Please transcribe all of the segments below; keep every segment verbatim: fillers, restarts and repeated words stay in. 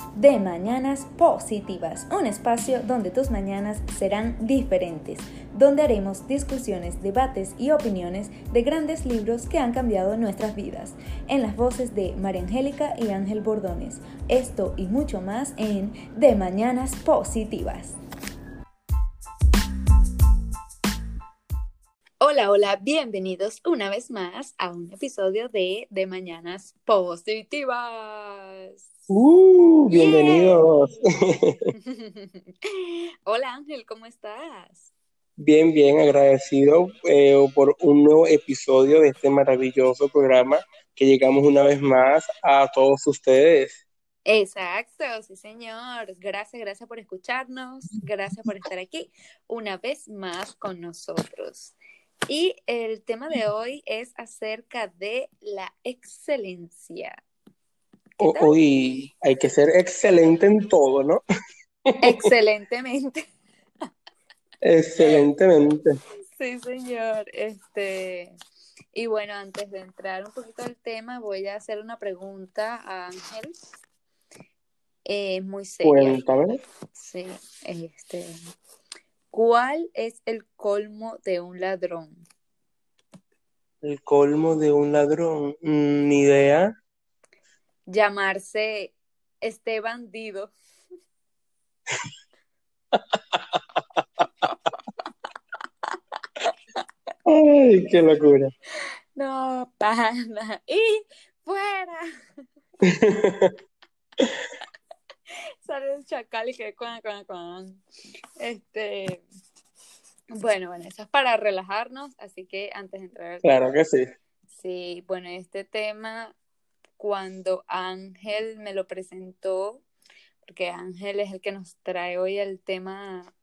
de Mañanas Positivas, un espacio donde tus mañanas serán diferentes, donde haremos discusiones, debates y opiniones de grandes libros que han cambiado nuestras vidas, en las voces de María Angélica y Ángel Bordones. Esto y mucho más en De Mañanas Positivas. Hola, hola, bienvenidos una vez más a un episodio de De Mañanas Positivas. Uh, bienvenidos. Hola Ángel, ¿cómo estás? Bien, bien agradecido eh, por un nuevo episodio de este maravilloso programa que llegamos una vez más a todos ustedes. Exacto, sí señor. Gracias, gracias por escucharnos, gracias por estar aquí una vez más con nosotros. Y el tema de hoy es acerca de la excelencia. ¿Qué Ho- tal? Hoy hay que ser excelente en todo, ¿no? Excelentemente. Excelentemente. Sí, señor. Este, y bueno, antes de entrar un poquito al tema, voy a hacer una pregunta a Ángel, eh, muy seria. Cuéntame. Sí, este, ¿cuál es el colmo de un ladrón? El colmo de un ladrón. Mm, ni idea. Llamarse este bandido. Ay, qué locura. No, pana. Y fuera. Sale el chacal y que cuan, cuan, cuan. Este, bueno, bueno, eso es para relajarnos, así que antes de entrar al Claro tema, que sí. sí, bueno, este tema, cuando Ángel me lo presentó, porque Ángel es el que nos trae hoy el tema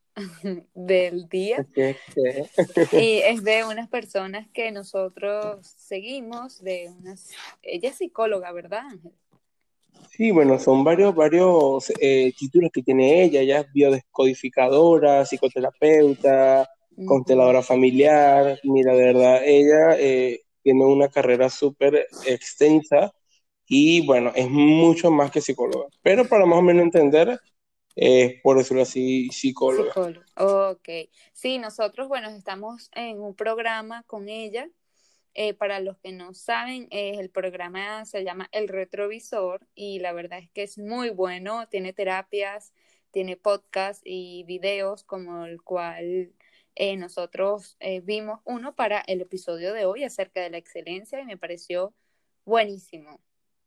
del día, ¿Qué, qué? y es de unas personas que nosotros seguimos, de unas, ella es psicóloga, ¿verdad, Ángel? Sí, bueno, son varios, varios eh, títulos que tiene ella. Ella es biodescodificadora, psicoterapeuta, Uh-huh. consteladora familiar. Mira, de verdad, ella eh, tiene una carrera súper extensa y bueno, es mucho más que psicóloga. Pero para más o menos entender, es por decirlo así, psicóloga. Psicólogo. Ok. Sí, nosotros, bueno, estamos en un programa con ella. Eh, para los que no saben, eh, el programa se llama El Retrovisor y la verdad es que es muy bueno. Tiene terapias, tiene podcasts y videos como el cual eh, nosotros eh, vimos uno para el episodio de hoy acerca de la excelencia y me pareció buenísimo.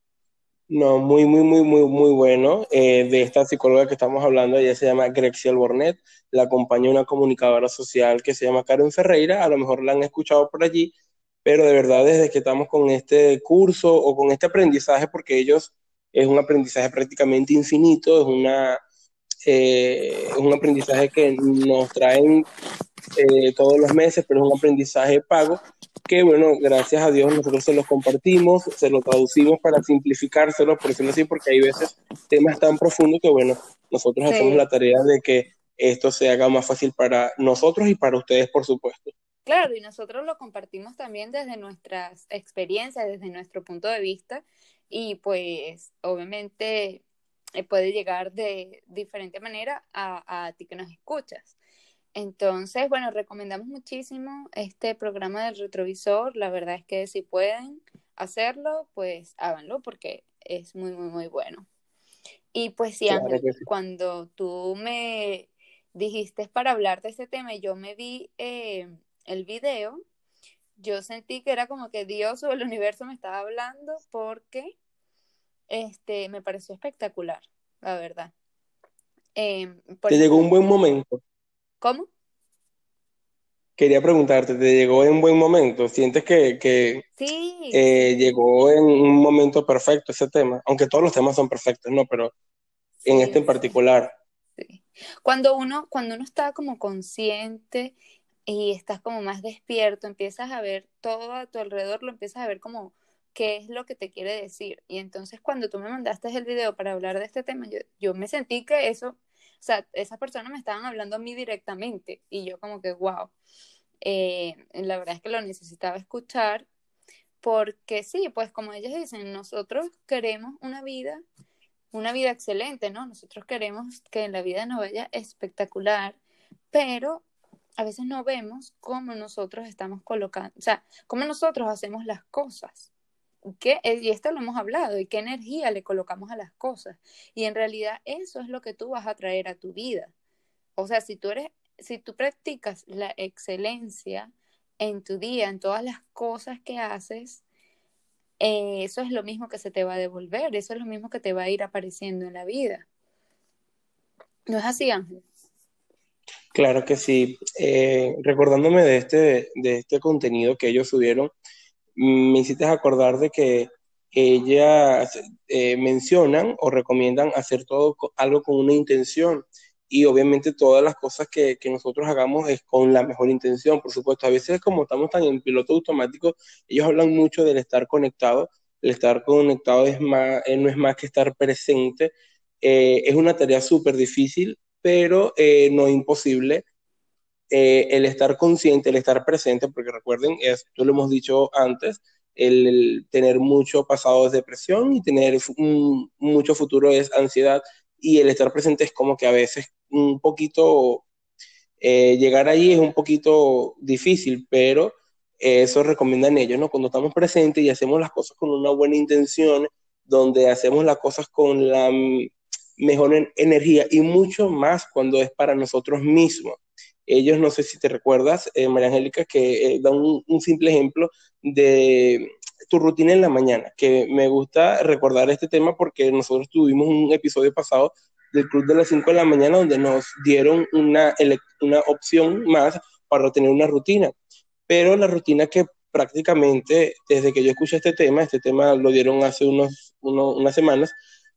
No, muy, muy, muy, muy, muy bueno. Eh, de esta psicóloga que estamos hablando, ella se llama Grexiel Bornet, la acompaña una comunicadora social que se llama Karen Ferreira, a lo mejor la han escuchado por allí, pero de verdad desde que estamos con este curso o con este aprendizaje, porque ellos es un aprendizaje prácticamente infinito, es una, eh, es un aprendizaje que nos traen eh, todos los meses, pero es un aprendizaje pago que, bueno, gracias a Dios nosotros se los compartimos, se lo traducimos para simplificárselo, por decirlo así, porque hay veces temas tan profundos que, bueno, nosotros hacemos Sí, la tarea de que esto se haga más fácil para nosotros y para ustedes, por supuesto. claro, y nosotros lo compartimos también desde nuestras experiencias, desde nuestro punto de vista, y pues obviamente eh, puede llegar de diferente manera a, a ti que nos escuchas. Entonces, bueno, recomendamos muchísimo este programa del retrovisor. La verdad es que si pueden hacerlo, pues háganlo porque es muy, muy, muy bueno. Y pues sí, Claro Ángel, que sí. cuando tú me dijiste para hablar de ese tema y yo me vi eh, el video, yo sentí que era como que Dios o el universo me estaba hablando porque este, me pareció espectacular, la verdad. Eh, por Te llegó ejemplo, un buen momento. ¿cómo? Quería preguntarte, ¿te llegó en buen momento? ¿Sientes que, que Sí, eh, sí, llegó en un momento perfecto ese tema? Aunque todos los temas son perfectos, ¿no? Pero en este sí, en sí, particular. sí. Cuando uno, cuando uno está como consciente y estás como más despierto, empiezas a ver todo a tu alrededor, lo empiezas a ver como qué es lo que te quiere decir. Y entonces cuando tú me mandaste el video para hablar de este tema, yo, yo me sentí que eso, o sea, esas personas me estaban hablando a mí directamente y yo como que, wow, eh, la verdad es que lo necesitaba escuchar porque sí, pues como ellos dicen, nosotros queremos una vida una vida excelente, ¿no? Nosotros queremos que la vida nos vaya espectacular, pero a veces no vemos cómo nosotros estamos colocando, o sea, cómo nosotros hacemos las cosas. ¿Qué? Y esto lo hemos hablado, y qué energía le colocamos a las cosas. Y en realidad eso es lo que tú vas a traer a tu vida. O sea, si tú eres, si tú practicas la excelencia en tu día, en todas las cosas que haces, eh, eso es lo mismo que se te va a devolver, eso es lo mismo que te va a ir apareciendo en la vida. ¿No es así, Ángel? Claro que sí. Eh, recordándome de este, de este contenido que ellos subieron, mm, me hiciste acordar de que ellas eh, mencionan o recomiendan hacer todo co- algo con una intención. Y obviamente todas las cosas que, que nosotros hagamos es con la mejor intención, por supuesto. A veces como estamos tan en piloto automático, ellos hablan mucho del estar conectado. El estar conectado es más, eh, no es más que estar presente. Eh, es una tarea súper difícil, pero eh, no imposible. Eh, el estar consciente, el estar presente, porque recuerden, esto lo hemos dicho antes, el, el tener mucho pasado es depresión y tener un, mucho futuro es ansiedad, y el estar presente es como que a veces un poquito, eh, llegar ahí es un poquito difícil, pero eh, eso recomiendan ellos, ¿no? Cuando estamos presentes y hacemos las cosas con una buena intención, donde hacemos las cosas con la mejor en energía y mucho más cuando es para nosotros mismos. Ellos, no sé si te recuerdas, eh, María Angélica, que eh, da un, un simple ejemplo de tu rutina en la mañana, que me gusta recordar este tema porque nosotros tuvimos un episodio pasado del Club de las cinco de la mañana donde nos dieron una, una opción más para tener una rutina, pero la rutina que prácticamente desde que yo escuché este tema, este tema lo dieron hace unos, uno, unas semanas,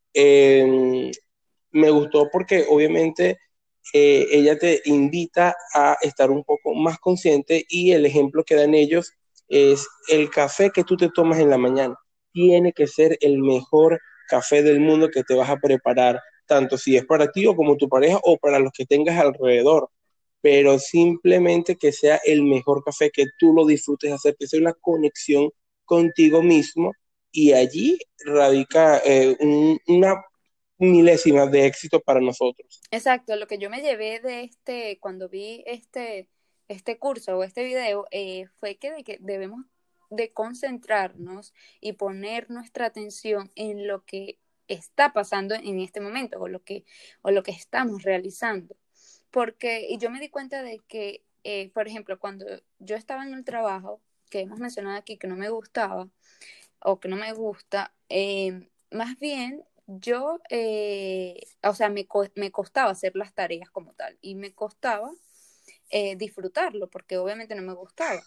eh, me gustó porque obviamente eh, ella te invita a estar un poco más consciente, y el ejemplo que dan ellos es el café que tú te tomas en la mañana. Tiene que ser el mejor café del mundo que te vas a preparar, tanto si es para ti o como tu pareja o para los que tengas alrededor, pero simplemente que sea el mejor café, que tú lo disfrutes hacer, que sea una conexión contigo mismo, y allí radica eh, un, una milésima de éxito para nosotros. Exacto, lo que yo me llevé de este, cuando vi este, este curso o este video, eh, fue que, de que debemos de concentrarnos y poner nuestra atención en lo que está pasando en este momento o lo que, o lo que estamos realizando. Porque, y yo me di cuenta de que, eh, por ejemplo, cuando yo estaba en el trabajo, que hemos mencionado aquí que no me gustaba o que no me gusta, eh, más bien yo, eh, o sea, me, co me costaba hacer las tareas como tal y me costaba eh, disfrutarlo porque obviamente no me gustaba.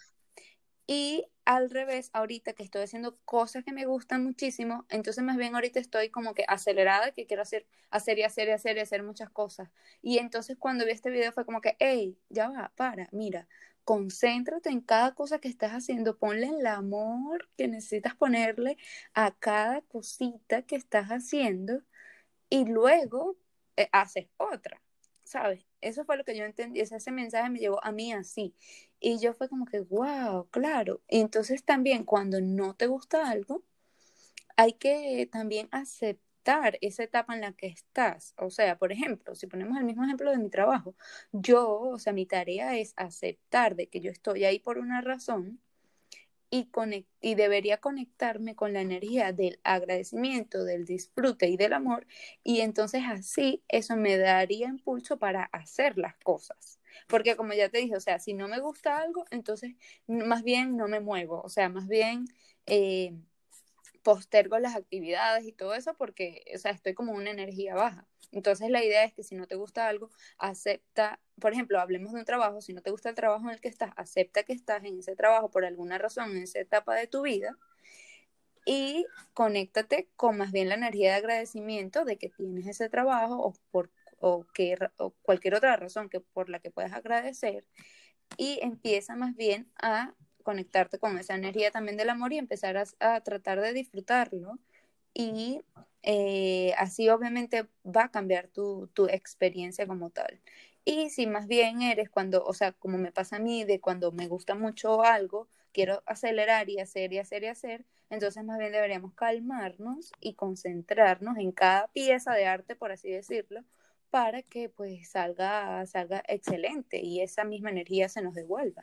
Y al revés, ahorita que estoy haciendo cosas que me gustan muchísimo, entonces más bien ahorita estoy como que acelerada, que quiero hacer, hacer y hacer y hacer y hacer muchas cosas. Y entonces cuando vi este video fue como que, hey, ya va, para, mira, concéntrate en cada cosa que estás haciendo, ponle el amor que necesitas ponerle a cada cosita que estás haciendo y luego eh, haces otra, ¿sabes? Eso fue lo que yo entendí, ese, ese mensaje me llegó a mí así. Y yo fue como que, wow, claro. Y entonces también cuando no te gusta algo, hay que también aceptar esa etapa en la que estás. O sea, por ejemplo, si ponemos el mismo ejemplo de mi trabajo, yo, o sea, mi tarea es aceptar de que yo estoy ahí por una razón y, conect y debería conectarme con la energía del agradecimiento, del disfrute y del amor, y entonces así eso me daría impulso para hacer las cosas. Porque como ya te dije, o sea, si no me gusta algo, entonces más bien no me muevo, o sea, más bien eh, postergo las actividades y todo eso porque, o sea, estoy como una energía baja. Entonces la idea es que si no te gusta algo, acepta, por ejemplo, hablemos de un trabajo, si no te gusta el trabajo en el que estás, acepta que estás en ese trabajo por alguna razón, en esa etapa de tu vida, y conéctate con más bien la energía de agradecimiento de que tienes ese trabajo o por o, que, o cualquier otra razón que por la que puedas agradecer, y empieza más bien a conectarte con esa energía también del amor y empezar a, a tratar de disfrutarlo, y eh, así obviamente va a cambiar tu, tu experiencia como tal. Y si más bien eres cuando, o sea, como me pasa a mí, de cuando me gusta mucho algo, quiero acelerar y hacer y hacer y hacer, entonces más bien deberíamos calmarnos y concentrarnos en cada pieza de arte, por así decirlo, para que pues salga, salga excelente y esa misma energía se nos devuelva.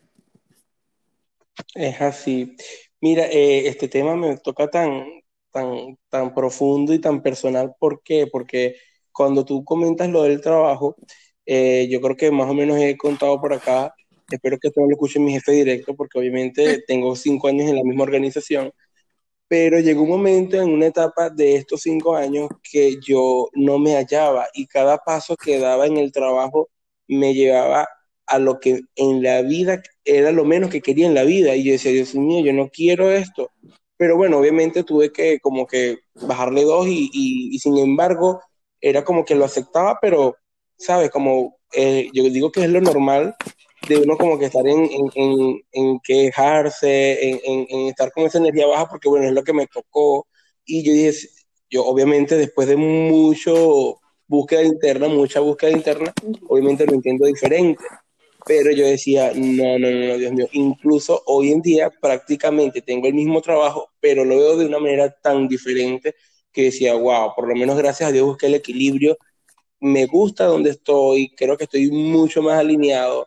Es así. Mira, eh, este tema me toca tan, tan, tan profundo y tan personal. ¿Por qué? Porque cuando tú comentas lo del trabajo, eh, yo creo que más o menos he contado por acá, espero que esto no lo escuche mi jefe directo, porque obviamente tengo cinco años en la misma organización, pero llegó un momento en una etapa de estos cinco años que yo no me hallaba y cada paso que daba en el trabajo me llevaba a lo que en la vida era lo menos que quería en la vida. Y yo decía, Dios mío, yo no quiero esto. Pero bueno, obviamente tuve que como que bajarle dos y, y, y sin embargo era como que lo aceptaba, pero, ¿sabes? Como eh, yo digo que es lo normal de uno como que estar en, en, en, en quejarse, en, en, en, estar con esa energía baja, porque bueno, es lo que me tocó. Y yo dije, yo obviamente después de mucho búsqueda interna, mucha búsqueda interna, obviamente lo entiendo diferente. Pero yo decía, no, no, no, no, Dios mío, incluso hoy en día prácticamente tengo el mismo trabajo, pero lo veo de una manera tan diferente que decía, wow, por lo menos gracias a Dios busqué el equilibrio, me gusta donde estoy, creo que estoy mucho más alineado.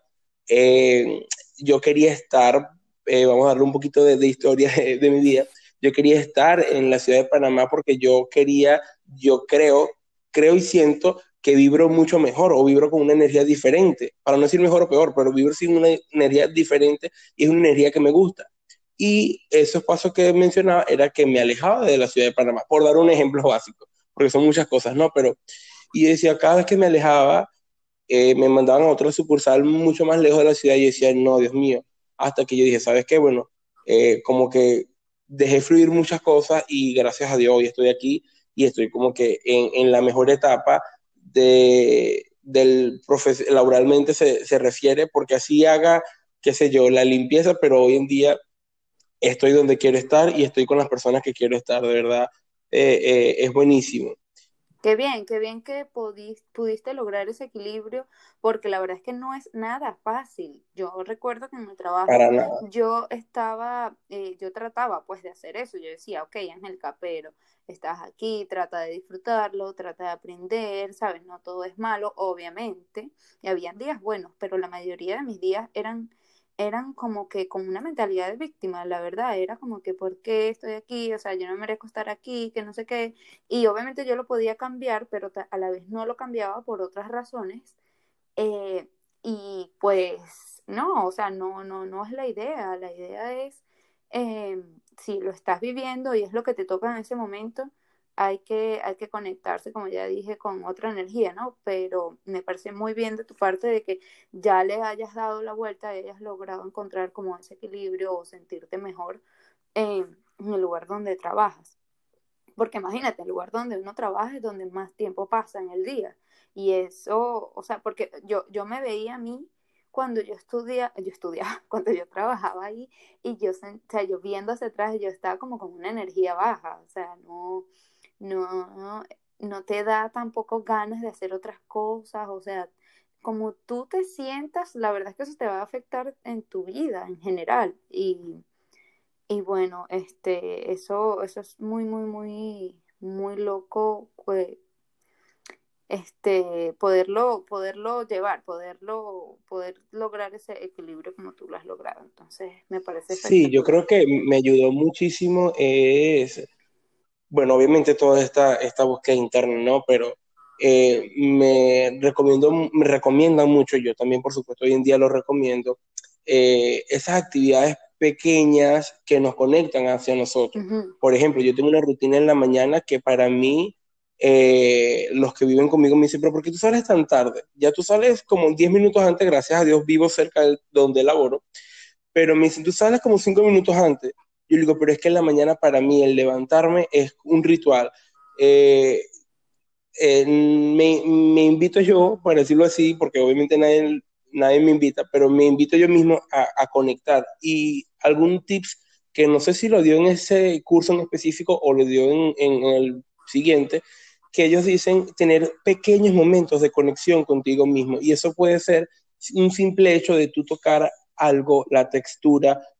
Eh, yo quería estar, eh, vamos a darle un poquito de, de historia de, de mi vida, yo quería estar en la ciudad de Panamá porque yo quería, yo creo, creo y siento que vibro mucho mejor o vibro con una energía diferente, para no decir mejor o peor, pero vibro sin una energía diferente y es una energía que me gusta. Y esos pasos que mencionaba era que me alejaba de la ciudad de Panamá, por dar un ejemplo básico, porque son muchas cosas, ¿no? Pero y decía, cada vez que me alejaba, eh, me mandaban a otra sucursal mucho más lejos de la ciudad y decía, no, Dios mío, hasta que yo dije, ¿sabes qué? Bueno, eh, como que dejé fluir muchas cosas y gracias a Dios hoy estoy aquí y estoy como que en, en la mejor etapa de, del profes laboralmente se, se refiere, porque así haga, qué sé yo, la limpieza, pero hoy en día estoy donde quiero estar y estoy con las personas que quiero estar, de verdad, eh, eh, es buenísimo. Qué bien, qué bien que pudiste, pudiste lograr ese equilibrio, porque la verdad es que no es nada fácil. Yo recuerdo que en mi trabajo Para nada. yo estaba, eh, yo trataba pues de hacer eso. Yo decía, ok, Angélica, pero estás aquí, trata de disfrutarlo, trata de aprender, ¿sabes? No todo es malo, obviamente. Y habían días buenos, pero la mayoría de mis días eran eran como que con una mentalidad de víctima, la verdad, era como que, ¿por qué estoy aquí? O sea, yo no merezco estar aquí, que no sé qué. Y obviamente yo lo podía cambiar, pero a la vez no lo cambiaba por otras razones. Eh, y pues no, o sea, no, no, no es la idea. La idea es, eh, si lo estás viviendo y es lo que te toca en ese momento, hay que, hay que conectarse, como ya dije, con otra energía, ¿no? Pero me parece muy bien de tu parte de que ya le hayas dado la vuelta y hayas logrado encontrar como ese equilibrio o sentirte mejor en, en el lugar donde trabajas. Porque imagínate, el lugar donde uno trabaja es donde más tiempo pasa en el día. Y eso, o sea, porque yo, yo me veía a mí cuando yo estudia, yo estudiaba, cuando yo trabajaba ahí, y yo, o sea, yo viendo hacia atrás, yo estaba como con una energía baja, o sea, no, no, no te da tampoco ganas de hacer otras cosas, o sea, como tú te sientas, la verdad es que eso te va a afectar en tu vida en general. Y y bueno, este, eso, eso es muy, muy, muy, muy loco, pues, este, poderlo, poderlo llevar, poderlo, poder lograr ese equilibrio como tú lo has logrado. Entonces, me parece Sí, yo espectacular. creo que me ayudó muchísimo es, bueno, obviamente toda esta, esta búsqueda interna, ¿no? Pero eh, me recomiendo, me recomiendan mucho, yo también, por supuesto, hoy en día lo recomiendo, eh, esas actividades pequeñas que nos conectan hacia nosotros. Ujú. Por ejemplo, yo tengo una rutina en la mañana que para mí, eh, los que viven conmigo me dicen, pero ¿por qué tú sales tan tarde? Ya tú sales como diez minutos antes, gracias a Dios vivo cerca de donde laboro, pero me dicen, tú sales como cinco minutos antes. Yo digo, pero es que en la mañana para mí el levantarme es un ritual. Eh, eh, me, me, invito yo, para decirlo así, porque obviamente nadie, nadie me invita, pero me invito yo mismo a, a, conectar. Y algún tips que no sé si lo dio en ese curso en específico o lo dio en, en el siguiente, que ellos dicen tener pequeños momentos de conexión contigo mismo. Y eso puede ser un simple hecho de tú tocar algo, la textura,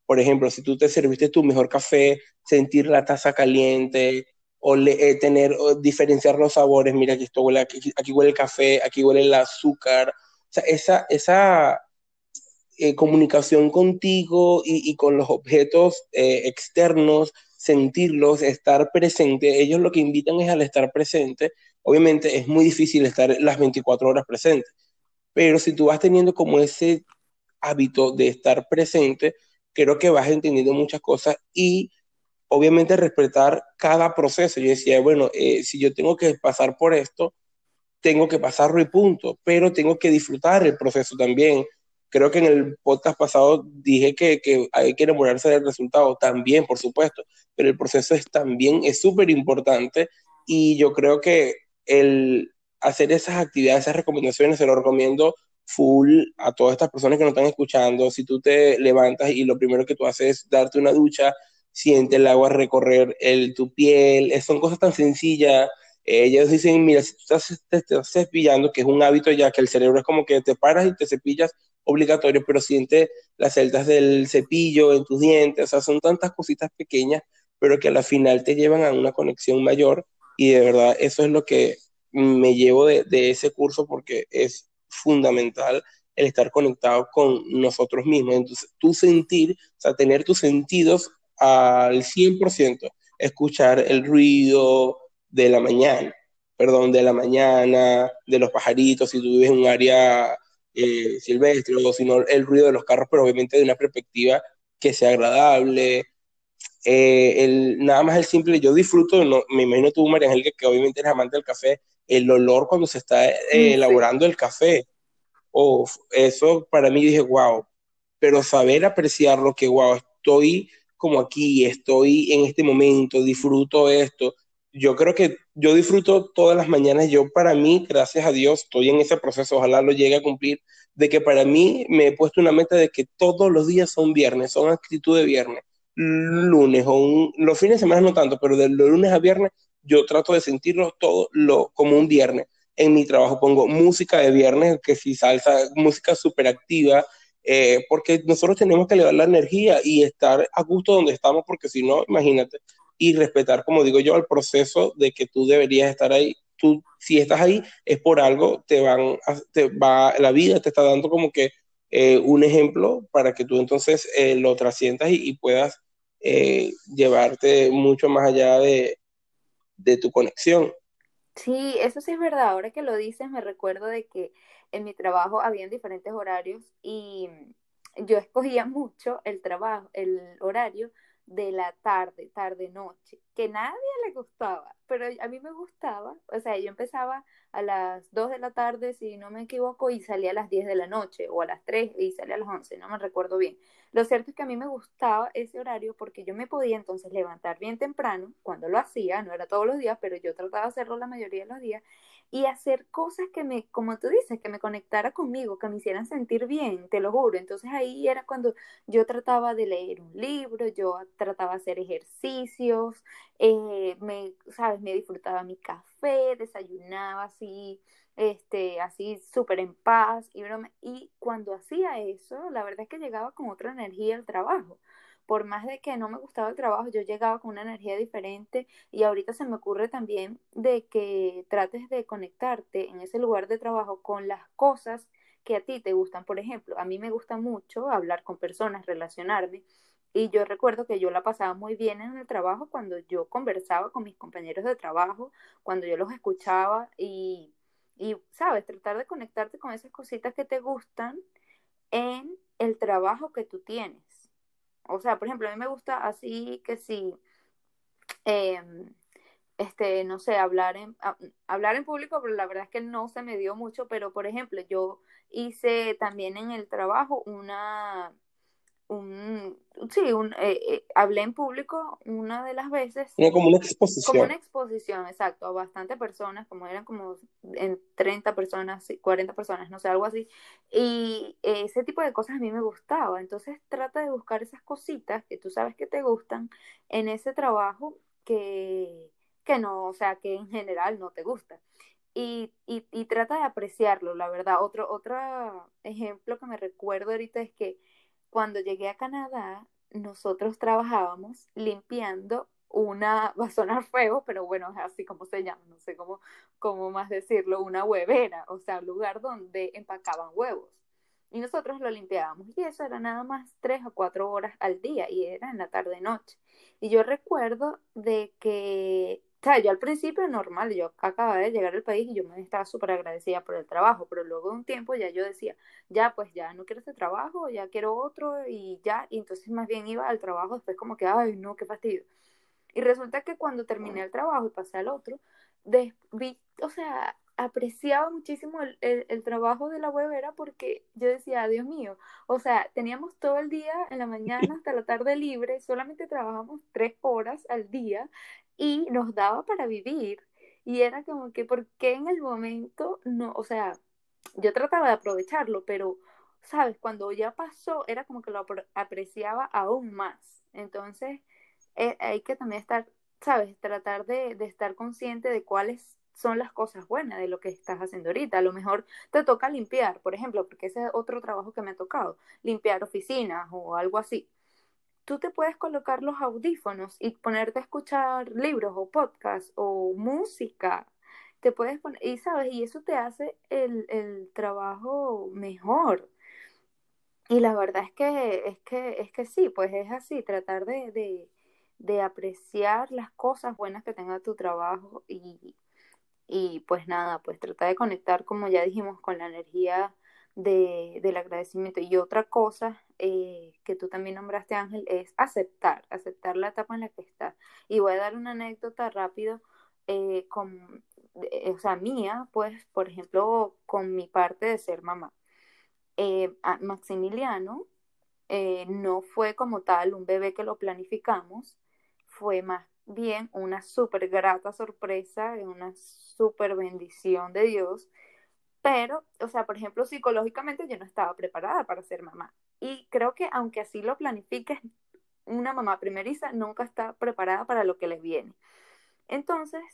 Por ejemplo, si tú te serviste tu mejor café, sentir la taza caliente, o le- eh, tener, o diferenciar los sabores, mira, aquí, esto huele, aquí, aquí huele el café, aquí huele el azúcar. O sea, esa, esa eh, comunicación contigo y, y con los objetos eh, externos, sentirlos, estar presente. Ellos lo que invitan es al estar presente. Obviamente es muy difícil estar las veinticuatro horas presente, pero si tú vas teniendo como ese hábito de estar presente, creo que vas entendiendo muchas cosas y obviamente respetar cada proceso. Yo decía, bueno, eh, si yo tengo que pasar por esto, tengo que pasarlo y punto, pero tengo que disfrutar el proceso también. Creo que en el podcast pasado dije que, que hay que enamorarse del resultado, también, por supuesto, pero el proceso es también, es súper importante y yo creo que el hacer esas actividades, esas recomendaciones, se lo recomiendo full a todas estas personas que nos están escuchando. Si tú te levantas y lo primero que tú haces es darte una ducha, siente el agua recorrer el, tu piel, son cosas tan sencillas. Eh, ellos dicen, mira, si tú estás, te, te estás cepillando, que es un hábito ya que el cerebro es como que te paras y te cepillas obligatorio, pero siente las celdas del cepillo en tus dientes, o sea, son tantas cositas pequeñas, pero que a la final te llevan a una conexión mayor y de verdad eso es lo que me llevo de, de ese curso porque es fundamental el estar conectado con nosotros mismos. Entonces, tu sentir, o sea, tener tus sentidos al cien por ciento, escuchar el ruido, de la mañana, perdón, de la mañana, de los pajaritos, si tú vives en un área eh, silvestre, o si no, el ruido de los carros, pero obviamente de una perspectiva que sea agradable. Eh, el, nada más el simple, yo disfruto, no, me imagino tú, María Angélica, que obviamente eres amante del café, el olor cuando se está eh, Sí. elaborando el café, oh, eso para mí dije, wow, pero saber apreciar lo que, wow, estoy como aquí, estoy en este momento, disfruto esto. Yo creo que yo disfruto todas las mañanas, yo para mí, gracias a Dios, estoy en ese proceso, ojalá lo llegue a cumplir, de que para mí me he puesto una meta de que todos los días son viernes, son actitud de viernes, lunes o un, los fines de semana no tanto, pero de los lunes a viernes yo trato de sentirlo todo lo, como un viernes. En mi trabajo pongo música de viernes, que si salsa, música súper activa, eh, porque nosotros tenemos que elevar la energía y estar a gusto donde estamos, porque si no, imagínate, y respetar, como digo yo, el proceso de que tú deberías estar ahí. Tú, si estás ahí, es por algo, te van, a, te va, la vida te está dando como que eh, un ejemplo para que tú entonces eh, lo trasciendas y, y puedas eh, llevarte mucho más allá de, de tu conexión. Sí, eso sí es verdad. Ahora que lo dices, me recuerdo de que en mi trabajo habían diferentes horarios y yo escogía mucho el trabajo, el horario de la tarde, tarde-noche, que nadie le gustaba, pero a mí me gustaba. O sea, yo empezaba a las dos de la tarde, si no me equivoco, y salía a las diez de la noche, o a las tres y salía a las once, no me recuerdo bien. Lo cierto es que a mí me gustaba ese horario porque yo me podía entonces levantar bien temprano, cuando lo hacía, no era todos los días, pero yo trataba de hacerlo la mayoría de los días, y hacer cosas que me, como tú dices, que me conectara conmigo, que me hicieran sentir bien, te lo juro. Entonces ahí era cuando yo trataba de leer un libro, yo trataba de hacer ejercicios, eh, me, sabes, me disfrutaba mi café, desayunaba así, este, así súper en paz y broma. Y cuando hacía eso, la verdad es que llegaba con otra energía al trabajo. Por más de que no me gustaba el trabajo, yo llegaba con una energía diferente y ahorita se me ocurre también de que trates de conectarte en ese lugar de trabajo con las cosas que a ti te gustan. Por ejemplo, a mí me gusta mucho hablar con personas, relacionarme. Y yo recuerdo que yo la pasaba muy bien en el trabajo cuando yo conversaba con mis compañeros de trabajo, cuando yo los escuchaba y y, ¿sabes? Tratar de conectarte con esas cositas que te gustan en el trabajo que tú tienes. O sea, por ejemplo, a mí me gusta así que si, eh, este, no sé, hablar en, a, hablar en público, pero la verdad es que no se me dio mucho, pero por ejemplo, yo hice también en el trabajo una, un, sí, un, eh, eh, hablé en público una de las veces Una, como una como exposición. una exposición, exacto, a bastante personas, como eran como en treinta personas, sí, cuarenta personas, no sé, algo así. Y ese tipo de cosas a mí me gustaba. Entonces trata de buscar esas cositas que tú sabes que te gustan en ese trabajo que, que no, o sea, que en general no te gusta. Y, y, y trata de apreciarlo, la verdad. Otro, otro ejemplo que me recuerdo ahorita es que cuando llegué a Canadá, nosotros trabajábamos limpiando una, va a sonar feo, pero bueno, es así como se llama, no sé cómo, cómo más decirlo, una huevera, o sea, un lugar donde empacaban huevos. Y nosotros lo limpiábamos y eso era nada más tres o cuatro horas al día y era en la tarde-noche. Y yo recuerdo de que, o sea, yo al principio normal, yo acababa de llegar al país y yo me estaba súper agradecida por el trabajo, pero luego de un tiempo ya yo decía, ya pues ya no quiero este trabajo, ya quiero otro y ya, y entonces más bien iba al trabajo después como que, ay no, qué fastidio. Y resulta que cuando terminé el trabajo y pasé al otro, de, vi, o sea, apreciaba muchísimo el, el, el, trabajo de la huevera porque yo decía, Dios mío, o sea, teníamos todo el día en la mañana hasta la tarde libre, solamente trabajamos tres horas al día y nos daba para vivir. Y era como que, ¿por qué en el momento no? O sea, yo trataba de aprovecharlo, pero, ¿sabes? Cuando ya pasó, era como que lo apreciaba aún más. Entonces, eh, hay que también estar, ¿sabes? Tratar de, de estar consciente de cuáles son las cosas buenas de lo que estás haciendo ahorita. A lo mejor te toca limpiar, por ejemplo, porque ese es otro trabajo que me ha tocado, limpiar oficinas o algo así. Tú te puedes colocar los audífonos y ponerte a escuchar libros o podcasts o música. Te puedes poner, y sabes, y eso te hace el, el trabajo mejor. Y la verdad es que, es que, es que sí, pues es así, tratar de, de, de apreciar las cosas buenas que tenga tu trabajo y, y pues nada, pues tratar de conectar, como ya dijimos, con la energía de, del agradecimiento. Y otra cosa eh, que tú también nombraste, Ángel, es aceptar, aceptar la etapa en la que estás. Y voy a dar una anécdota rápido, eh, con, eh, o sea, mía, pues, por ejemplo, con mi parte de ser mamá. Eh, Maximiliano eh, no fue como tal un bebé que lo planificamos, fue más bien una súper grata sorpresa, una súper bendición de Dios, pero, o sea, por ejemplo, psicológicamente yo no estaba preparada para ser mamá. Y creo que aunque así lo planifiques, una mamá primeriza nunca está preparada para lo que le viene. Entonces,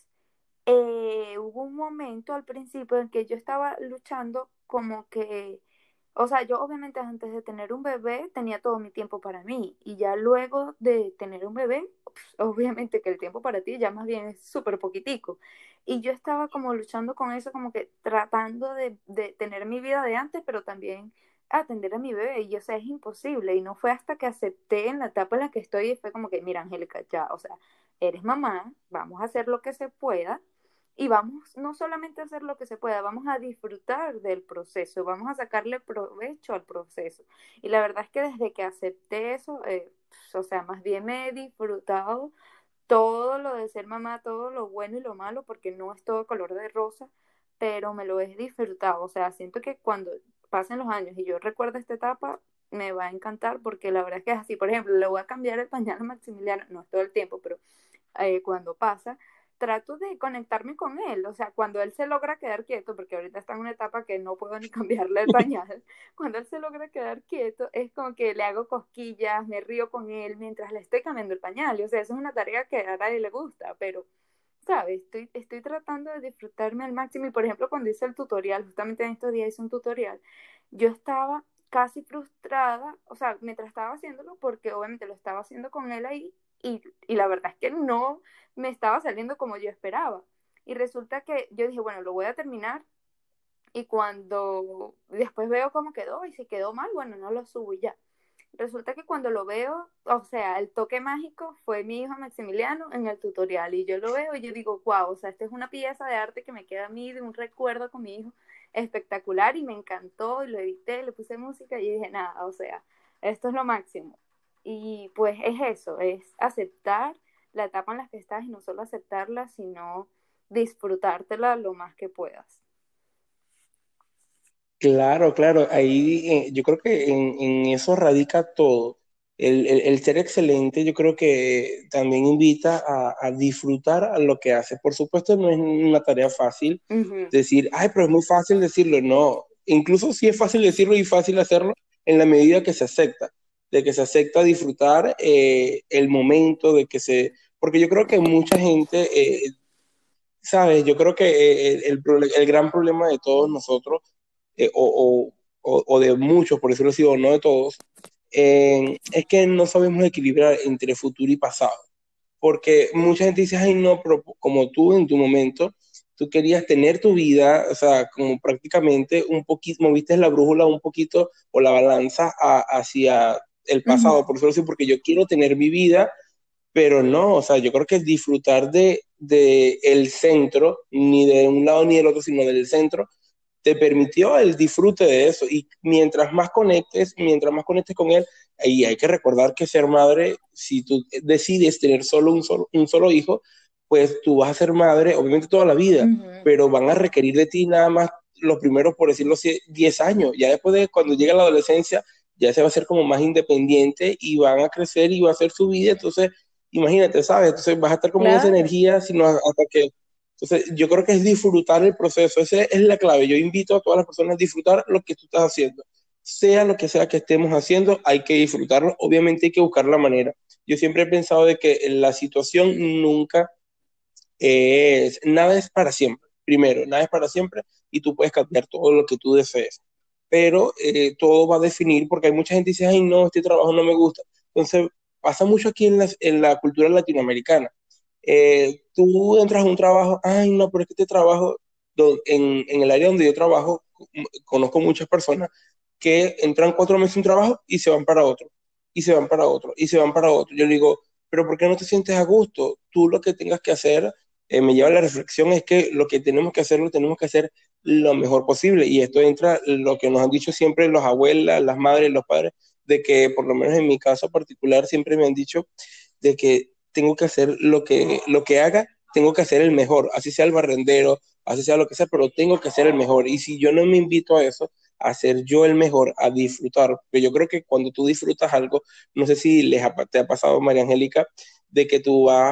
eh, hubo un momento al principio en que yo estaba luchando como que, o sea, yo obviamente antes de tener un bebé tenía todo mi tiempo para mí y ya luego de tener un bebé, pues, obviamente que el tiempo para ti ya más bien es súper poquitico. Y yo estaba como luchando con eso, como que tratando de, de tener mi vida de antes, pero también atender a mi bebé. Y yo sé, es imposible. Y no fue hasta que acepté en la etapa en la que estoy y fue como que, mira, Angélica, ya, o sea, eres mamá, vamos a hacer lo que se pueda y vamos no solamente a hacer lo que se pueda, vamos a disfrutar del proceso, vamos a sacarle provecho al proceso. Y la verdad es que desde que acepté eso, eh, pues, o sea, más bien me he disfrutado todo lo de ser mamá, todo lo bueno y lo malo, porque no es todo color de rosa, pero me lo he disfrutado. O sea, siento que cuando pasen los años y yo recuerdo esta etapa, me va a encantar porque la verdad es que es así. Por ejemplo, le voy a cambiar el pañal a Maximiliano, no es todo el tiempo, pero eh, cuando pasa, trato de conectarme con él, o sea, cuando él se logra quedar quieto, porque ahorita está en una etapa que no puedo ni cambiarle el pañal, cuando él se logra quedar quieto, es como que le hago cosquillas, me río con él mientras le estoy cambiando el pañal, y, o sea, eso es una tarea que a nadie le gusta, pero, ¿sabes? Estoy, estoy tratando de disfrutarme al máximo, y por ejemplo, cuando hice el tutorial, justamente en estos días hice un tutorial, yo estaba casi frustrada, o sea, mientras estaba haciéndolo, porque obviamente lo estaba haciendo con él ahí, y, y la verdad es que no me estaba saliendo como yo esperaba. Y resulta que yo dije, bueno, lo voy a terminar y cuando después veo cómo quedó y si quedó mal, bueno, no lo subo y ya. Resulta que cuando lo veo, o sea, el toque mágico fue mi hijo Maximiliano en el tutorial y yo lo veo y yo digo, wow, o sea, esta es una pieza de arte que me queda a mí de un recuerdo con mi hijo espectacular y me encantó y lo edité, le puse música y dije, nada, o sea, esto es lo máximo. Y pues es eso, es aceptar la etapa en la que estás y no solo aceptarla, sino disfrutártela lo más que puedas. Claro, claro, ahí eh, yo creo que en, en eso radica todo. El, el- el ser excelente yo creo que también invita a, a disfrutar a lo que hace. Por supuesto, no es una tarea fácil Uh-huh. decir, ay, pero es muy fácil decirlo. No, incluso sí es fácil decirlo y fácil hacerlo en la medida que se acepta, de que se acepta disfrutar eh, el momento, de que se... Porque yo creo que mucha gente, eh, ¿sabes? Yo creo que eh, el, el prole- el gran problema de todos nosotros eh, o, o, o, de muchos, por decirlo así, o no de todos, eh, es que no sabemos equilibrar entre futuro y pasado. Porque mucha gente dice, ay, no, pero como tú en tu momento, tú querías tener tu vida, o sea, como prácticamente un poquito, moviste la brújula un poquito o la balanza a- hacia el pasado. Ujú. Por eso lo sé, porque yo quiero tener mi vida, pero no, o sea, yo creo que disfrutar de, de el centro, ni de un lado ni del otro, sino del centro, te permitió el disfrute de eso. Y mientras más conectes, mientras más conectes con él, y hay que recordar que ser madre, si tú decides tener solo un solo, un solo hijo, pues tú vas a ser madre, obviamente toda la vida, Ujú. pero van a requerir de ti nada más los primeros, por decirlo así, diez años. Ya después de cuando llega la adolescencia, ya se va a ser como más independiente y van a crecer y va a hacer su vida. Entonces, imagínate, ¿sabes? Entonces vas a estar como en esa Claro. energía, sino hasta que entonces, yo creo que es disfrutar el proceso, esa es la clave. Yo invito a todas las personas a disfrutar lo que tú estás haciendo. Sea lo que sea que estemos haciendo, hay que disfrutarlo. Obviamente hay que buscar la manera. Yo siempre he pensado de que la situación nunca es, nada es para siempre. Primero, nada es para siempre y tú puedes cambiar todo lo que tú desees. Pero eh, todo va a definir, porque hay mucha gente que dice, ay, no, este trabajo no me gusta. Entonces, pasa mucho aquí en la, en la cultura latinoamericana. Eh, tú entras a un trabajo, ay, no, pero es que este trabajo, do- en, en el área donde yo trabajo, m- conozco muchas personas que entran cuatro meses en un trabajo y se van para otro, y se van para otro, y se van para otro. Yo le digo, pero ¿por qué no te sientes a gusto? Tú lo que tengas que hacer, eh, me lleva a la reflexión, es que lo que tenemos que hacer, lo tenemos que hacer lo mejor posible. Y esto entra lo que nos han dicho siempre los abuelas, las madres, los padres, de que por lo menos en mi caso particular siempre me han dicho de que tengo que hacer lo que, lo que haga, tengo que hacer el mejor, así sea el barrendero, así sea lo que sea, pero tengo que ser el mejor. Y si yo no me invito a eso, a ser yo el mejor, a disfrutar, porque yo creo que cuando tú disfrutas algo, no sé si les ha, te ha pasado, María Angélica, de que tú vas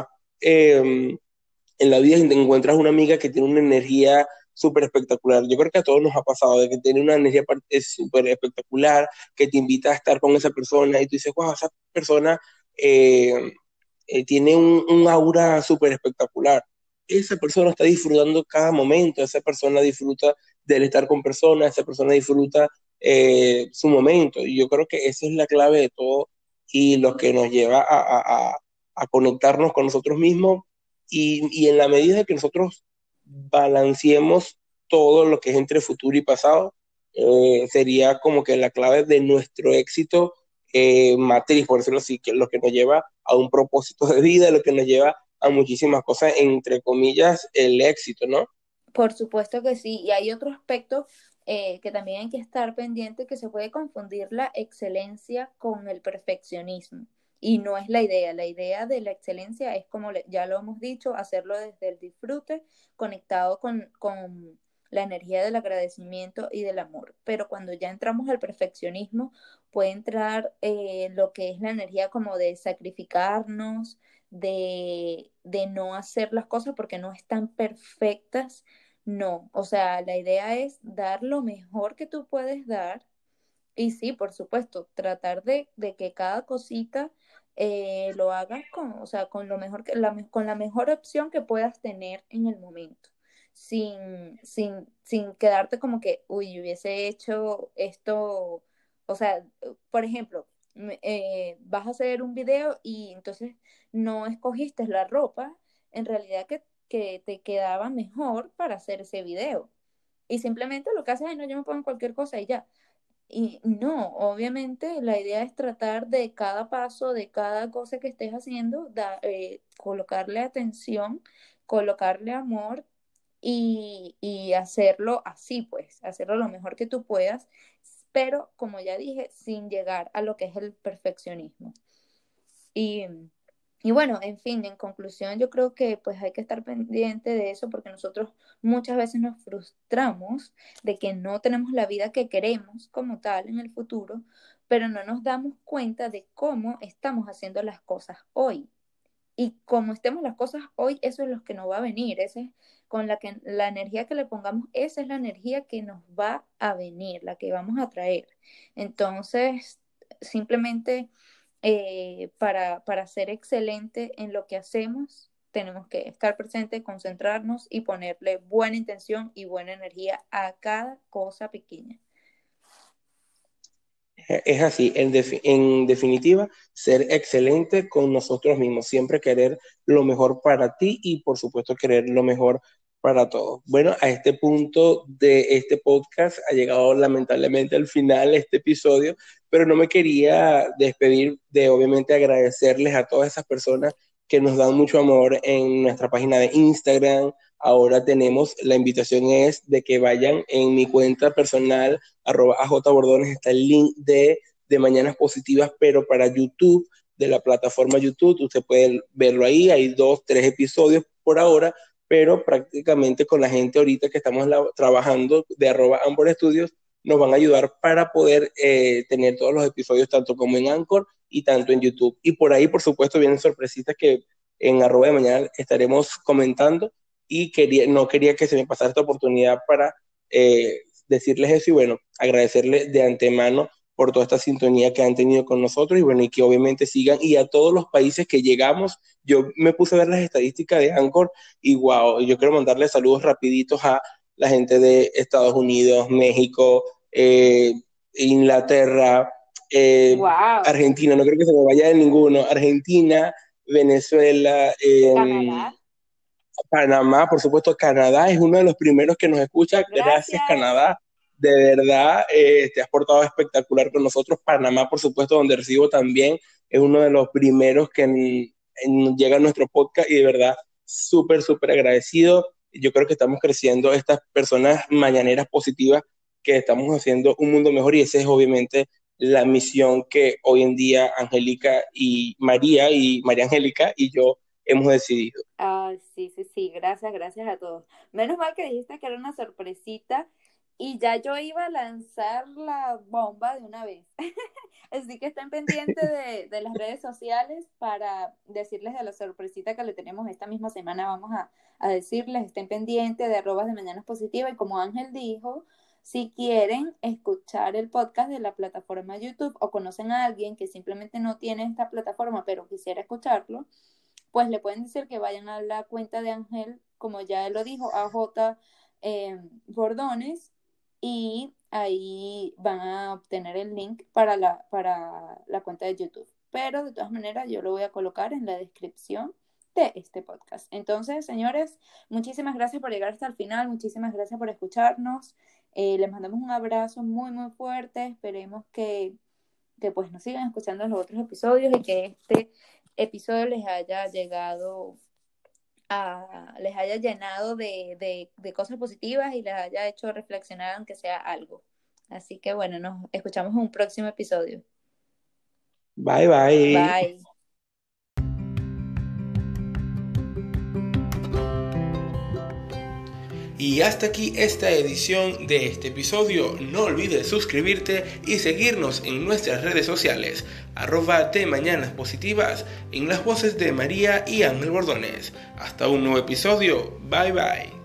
eh, en la vida y te encuentras una amiga que tiene una energía súper espectacular. Yo creo que a todos nos ha pasado de que tiene una energía súper espectacular, que te invita a estar con esa persona y tú dices, wow, esa persona eh, eh, tiene un, un aura súper espectacular. Esa persona está disfrutando cada momento, esa persona disfruta del estar con personas, esa persona disfruta eh, su momento. Y yo creo que esa es la clave de todo y lo que nos lleva a, a, a, a conectarnos con nosotros mismos y, y en la medida que nosotros balanceemos todo lo que es entre futuro y pasado, eh, sería como que la clave de nuestro éxito eh, matriz, por decirlo así, que es lo que nos lleva a un propósito de vida, lo que nos lleva a muchísimas cosas, entre comillas, el éxito, ¿no? Por supuesto que sí, y hay otro aspecto eh, que también hay que estar pendiente, que se puede confundir la excelencia con el perfeccionismo. Y no es la idea, la idea de la excelencia es como le- ya lo hemos dicho, hacerlo desde el disfrute, conectado con, con la energía del agradecimiento y del amor. Pero cuando ya entramos al perfeccionismo, puede entrar eh, lo que es la energía como de sacrificarnos, de, de no hacer las cosas porque no están perfectas. No, o sea, la idea es dar lo mejor que tú puedes dar y sí, por supuesto, tratar de, de que cada cosita eh, lo hagas con, o sea, con lo mejor que, la, me- con la mejor opción que puedas tener en el momento, sin, sin, sin quedarte como que, uy, hubiese hecho esto, o sea, por ejemplo, me- eh, vas a hacer un video y entonces no escogiste la ropa, en realidad que, que te quedaba mejor para hacer ese video. Y simplemente lo que haces es, no, yo me pongo cualquier cosa y ya. Y no, obviamente la idea es tratar de cada paso, de cada cosa que estés haciendo, da- eh, colocarle atención, colocarle amor y, y hacerlo así, pues, hacerlo lo mejor que tú puedas, pero como ya dije, sin llegar a lo que es el perfeccionismo. Y y bueno, en fin, en conclusión, yo creo que pues hay que estar pendiente de eso porque nosotros muchas veces nos frustramos de que no tenemos la vida que queremos como tal en el futuro, pero no nos damos cuenta de cómo estamos haciendo las cosas hoy. Y como estemos las cosas hoy, eso es lo que nos va a venir, ese es con la que la energía que le pongamos, esa es la energía que nos va a venir, la que vamos a traer. Entonces, simplemente eh, para, para ser excelente en lo que hacemos, tenemos que estar presentes, concentrarnos y ponerle buena intención y buena energía a cada cosa pequeña. Es así, en, defi- en definitiva, ser excelente con nosotros mismos, siempre querer lo mejor para ti y por supuesto querer lo mejor para todos. Bueno, a este punto de este podcast ha llegado lamentablemente al final este episodio, pero no me quería despedir de obviamente agradecerles a todas esas personas que nos dan mucho amor en nuestra página de Instagram. Ahora tenemos, la invitación es de que vayan en mi cuenta personal, arroba ajbordones, está el link de, de Mañanas Positivas, pero para YouTube, de la plataforma YouTube, usted puede verlo ahí, hay dos, tres episodios por ahora, pero prácticamente con la gente ahorita que estamos la, trabajando de arroba Ambor Studios, nos van a ayudar para poder eh, tener todos los episodios tanto como en Anchor y tanto en YouTube. Y por ahí, por supuesto, vienen sorpresitas que en arroba de mañana estaremos comentando y quería, no quería que se me pasara esta oportunidad para eh, decirles eso y bueno, agradecerles de antemano por toda esta sintonía que han tenido con nosotros y bueno, y que obviamente sigan y a todos los países que llegamos. Yo me puse a ver las estadísticas de Anchor y wow, yo quiero mandarles saludos rapiditos a la gente de Estados Unidos, México, eh, Inglaterra, eh, Wow. Argentina, no creo que se me vaya de ninguno, Argentina, Venezuela, eh, Canadá. Panamá, por supuesto, Canadá es uno de los primeros que nos escucha. Gracias, Gracias. Canadá. De verdad, eh, te has portado espectacular con nosotros. Panamá, por supuesto, donde recibo también, es uno de los primeros que en, en, llega a nuestro podcast y de verdad, súper, súper agradecido. Yo creo que estamos creciendo estas personas mañaneras positivas que estamos haciendo un mundo mejor y esa es obviamente la misión que hoy en día Angélica y María y María Angélica y yo hemos decidido. Ay, sí, sí, sí, gracias, gracias a todos. Menos mal que dijiste que era una sorpresita y ya yo iba a lanzar la bomba de una vez. Así que estén pendientes de, de las redes sociales para decirles de la sorpresita que le tenemos esta misma semana. Vamos a, a decirles, estén pendientes de arrobas de Mañanas Positivas y como Ángel dijo, si quieren escuchar el podcast de la plataforma YouTube o conocen a alguien que simplemente no tiene esta plataforma pero quisiera escucharlo, pues le pueden decir que vayan a la cuenta de Ángel, como ya él lo dijo, A J eh, Bordones, y ahí van a obtener el link para la, para la cuenta de YouTube. Pero de todas maneras yo lo voy a colocar en la descripción de este podcast. Entonces, señores, muchísimas gracias por llegar hasta el final, muchísimas gracias por escucharnos. Eh, les mandamos un abrazo muy, muy fuerte. Esperemos que, que pues nos sigan escuchando en los otros episodios y que este episodio les haya llegado a, les haya llenado de, de, de cosas positivas y les haya hecho reflexionar aunque sea algo. Así que bueno, nos escuchamos en un próximo episodio. Bye, bye. Bye. Y hasta aquí esta edición de este episodio. No olvides suscribirte y seguirnos en nuestras redes sociales, arroba de Mañanas Positivas, en las voces de María y Ángel Bordones. Hasta un nuevo episodio. Bye bye.